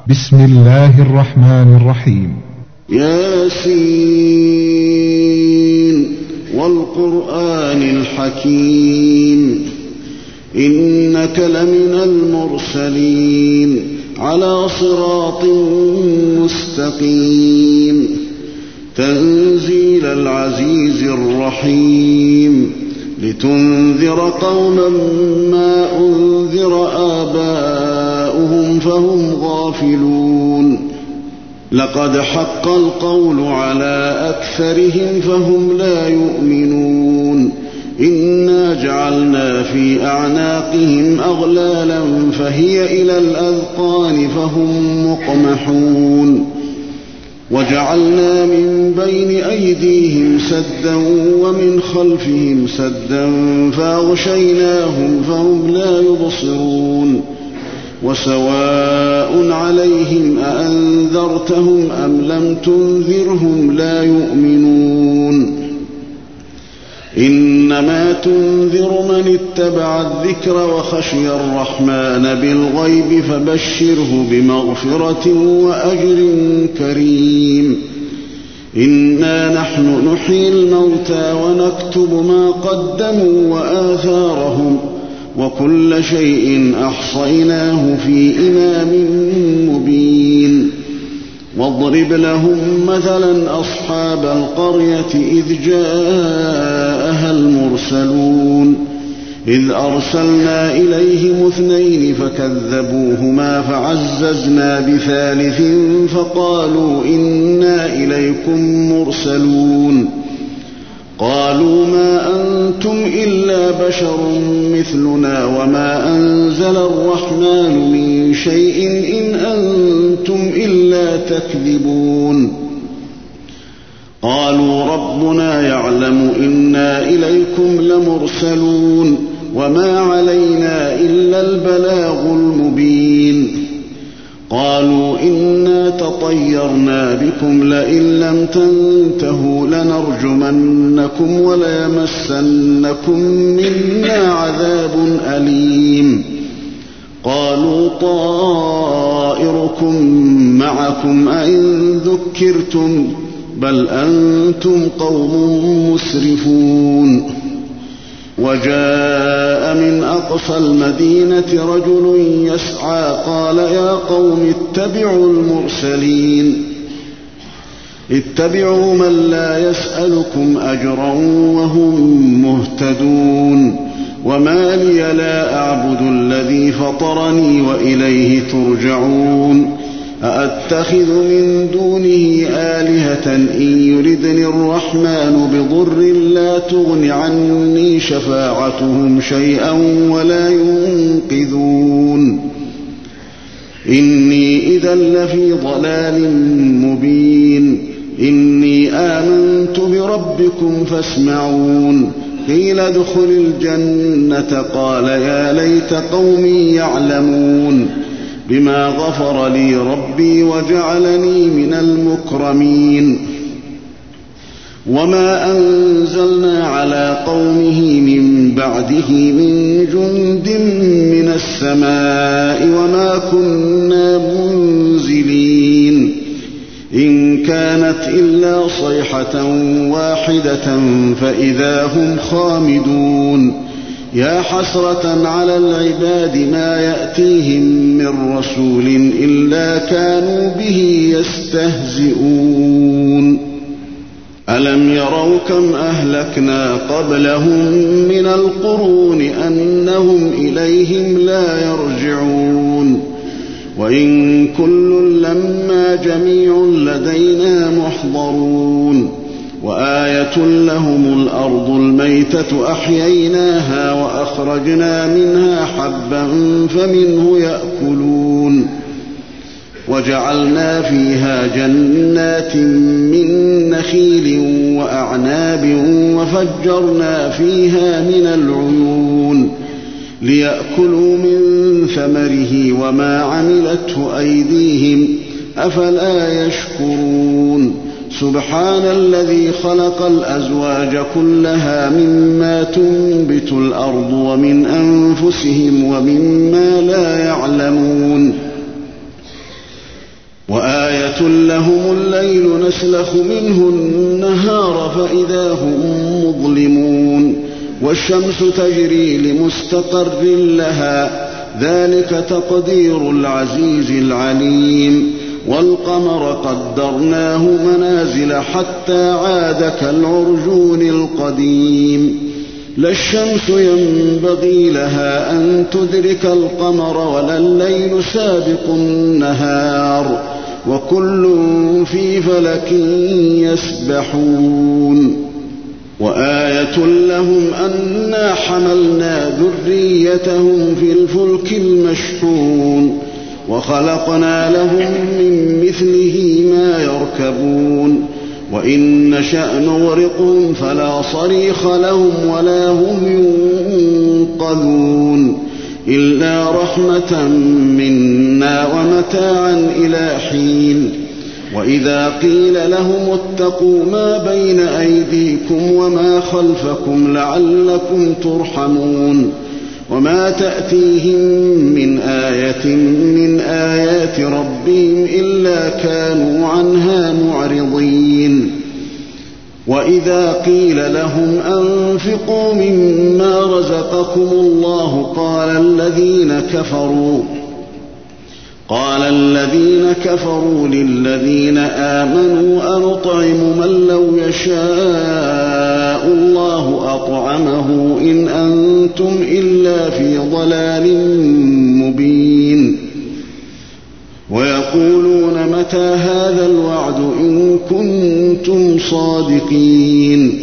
بسم الله الرحمن الرحيم. ياسين والقرآن الحكيم إنك لمن المرسلين على صراط مستقيم تنزيل العزيز الرحيم لتنذر قوما ما أنذر آباؤهم فهم غافلون لقد حق القول على أكثرهم فهم لا يؤمنون إنا جعلنا في أعناقهم أغلالا فهي إلى الأذقان فهم مقمحون وجعلنا من بين أيديهم سدا ومن خلفهم سدا فأغشيناهم فهم لا يبصرون وسواء عليهم أأنذرتهم أم لم تنذرهم لا يؤمنون إنما تنذر من اتبع الذكر وخشي الرحمن بالغيب فبشره بمغفرة وأجر كريم إنا نحن نحيي الموتى ونكتب ما قدموا وآثارهم وكل شيء أحصيناه في إمام مبين واضرب لهم مثلا أصحاب القرية إذ جاءها المرسلون إذ أرسلنا إليهم 2 فكذبوهما فعززنا بثالث فقالوا إنا إليكم مرسلون قالوا ما أنتم إلا بشر مثلنا وما أنزل الرحمن من شيء إن أنتم إلا تكذبون قالوا ربنا يعلم إنا إليكم لمرسلون وما علينا إلا البلاغ المبين قالوا إنا تطيرنا بكم لئن لم تنتهوا لنرجمنكم وليمسنكم منا عذاب أليم قالوا طائركم معكم أئن ذكرتم بل أنتم قوم مسرفون وجاء من أقصى المدينة رجل يسعى قال يا قوم اتبعوا المرسلين اتبعوا من لا يسألكم أجرا وهم مهتدون وما لي لا أعبد الذي فطرني وإليه ترجعون أأتخذ من دونه آلهة إن يردني الرحمن بضر لا تغن عني شفاعتهم شيئا ولا ينقذون إني إذا لفي ضلال مبين إني آمنت بربكم فاسمعون قيل ادخل الجنة قال يا ليت قومي يعلمون بما غفر لي ربي وجعلني من المكرمين وما أنزلنا على قومه من بعده من جند من السماء وما كنا منزلين إن كانت إلا صيحة واحدة فإذا هم خامدون يا حسرة على العباد ما يأتيهم من رسول إلا كانوا به يستهزئون ألم يروا كم أهلكنا قبلهم من القرون أنهم إليهم لا يرجعون وإن كل لما جميع لدينا محضرون وآية لهم الأرض الميتة أحييناها وأخرجنا منها حبا فمنه يأكلون وجعلنا فيها جنات من نخيل وأعناب وفجرنا فيها من العيون ليأكلوا من ثمره وما عملته أيديهم أفلا يشكرون سبحان الذي خلق الأزواج كلها مما تنبت الأرض ومن أنفسهم ومما لا يعلمون وآية لهم الليل نسلخ منه النهار فإذا هم مظلمون والشمس تجري لمستقر لها ذلك تقدير العزيز العليم والقمر قدرناه منازل حتى عاد كالعرجون القديم لا الشمس ينبغي لها أن تدرك القمر ولا الليل سابق النهار وكل في فلك يسبحون وآية لهم أنا حملنا ذريتهم في الفلك المشحون وخلقنا لهم من مثله ما يركبون وإن نشأ نغرقهم فلا صريخ لهم ولا هم ينقذون إلا رحمة منا ومتاعا إلى حين وإذا قيل لهم اتقوا ما بين أيديكم وما خلفكم لعلكم ترحمون وما تأتيهم من آية من آيات ربهم إلا كانوا عنها معرضين وإذا قيل لهم أنفقوا مما رزقكم الله قال الذين كفروا للذين آمنوا أنطعم من لو يشاء الله أطعمه إن أنتم إلا في ضلال مبين ويقولون متى هذا الوعد إن كنتم صادقين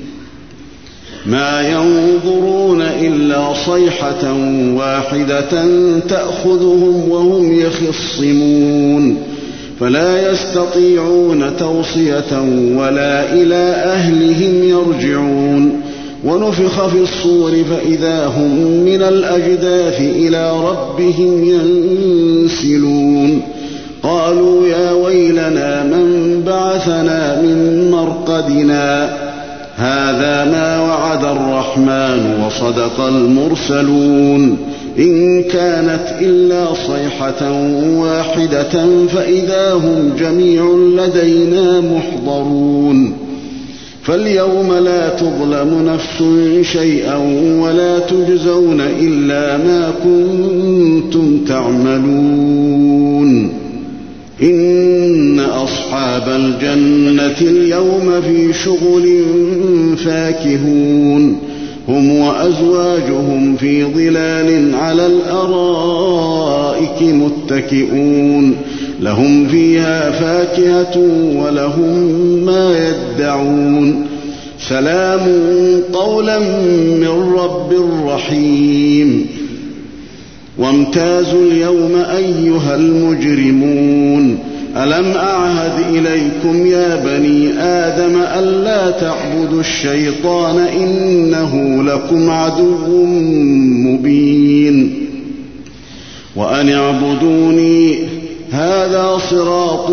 ما ينظرون إلا صيحة واحدة تأخذهم وهم يخصمون فلا يستطيعون توصية ولا إلى أهلهم يرجعون ونفخ في الصور فإذا هم من الأجداث إلى ربهم ينسلون قالوا يا ويلنا من بعثنا من مرقدنا هذا ما وعد الرحمن وصدق المرسلون إن كانت إلا صيحة واحدة فإذا هم جميع لدينا محضرون فاليوم لا تظلم نفس شيئا ولا تجزون إلا ما كنتم تعملون إن أصحاب الجنة اليوم في شغل فاكهون هم وأزواجهم في ظلال على الأرائك متكئون لهم فيها فاكهة ولهم ما يدعون سلام قولا من رب رحيم وامتازوا اليوم أيها المجرمون ألم أعهد إليكم يا بني آدم ألا تعبدوا الشيطان إنه لكم عدو مبين وأن اعبدوني هذا صراط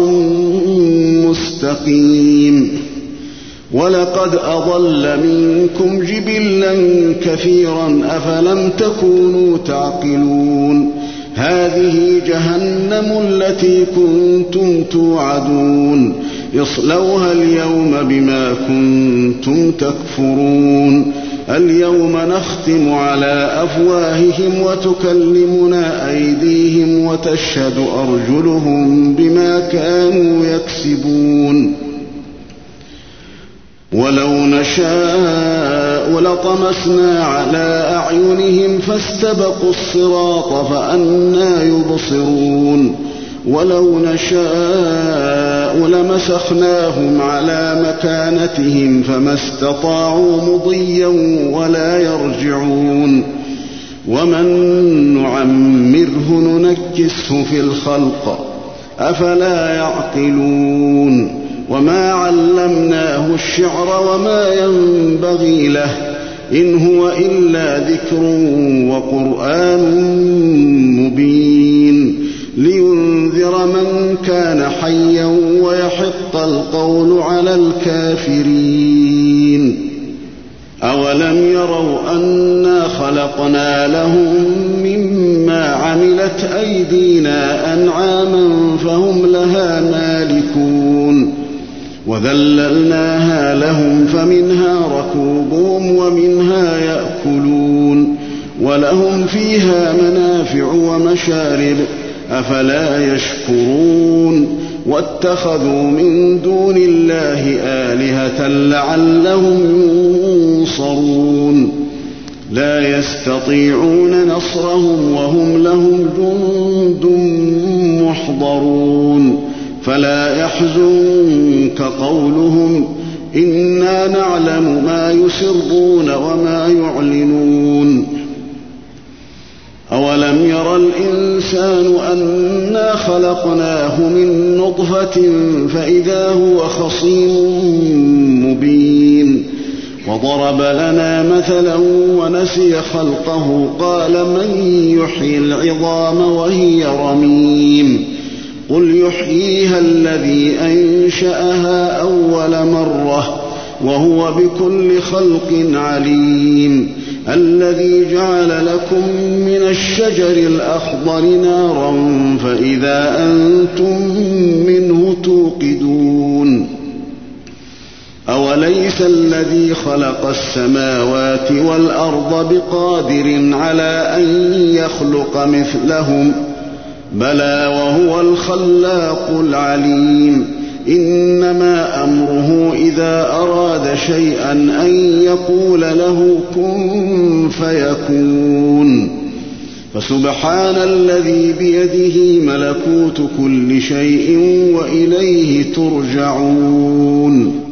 مستقيم ولقد أضل منكم جبلا كثيرا أفلم تكونوا تعقلون هذه جهنم التي كنتم توعدون اصلوها اليوم بما كنتم تكفرون اليوم نختم على أفواههم وتكلمنا أيديهم وتشهد أرجلهم بما كانوا يكسبون ولو نشاء لطمسنا على أعينهم فاستبقوا الصراط فأنى يبصرون ولو نشاء لمسخناهم على مكانتهم فما استطاعوا مضيا ولا يرجعون ومن نعمره ننكسه في الخلق أفلا يعقلون وما علمناه الشعر وما ينبغي له إن هو إلا ذكر وقرآن مبين لينذر من كان حيا ويحق القول على الكافرين أولم يروا أنا خلقنا لهم مما مما عملت أيدينا أنعاما فهم لها مالكون وذللناها لهم فمنها ركوبهم ومنها يأكلون ولهم فيها منافع ومشارب أفلا يشكرون واتخذوا من دون الله آلهة لعلهم ينصرون لا يستطيعون نصرهم وهم لهم جند محضرون فلا يحزنك قولهم إنا نعلم ما يسرون وما يعلنون أولم ير الإنسان أنا خلقناه من نطفة فإذا هو خصيم مبين وضرب لنا مثلا ونسي خلقه قال من يحيي العظام وهي رميم قل يحييها الذي أنشأها أول مرة وهو بكل خلق عليم الذي جعل لكم من الشجر الأخضر نارا فإذا أنتم منه توقدون أوليس الذي خلق السماوات والأرض بقادر على أن يخلق مثلهم بلى وهو الخلاق العليم إنما أمره إذا أراد شيئا أن يقول له كن فيكون فسبحان الذي بيده ملكوت كل شيء وإليه ترجعون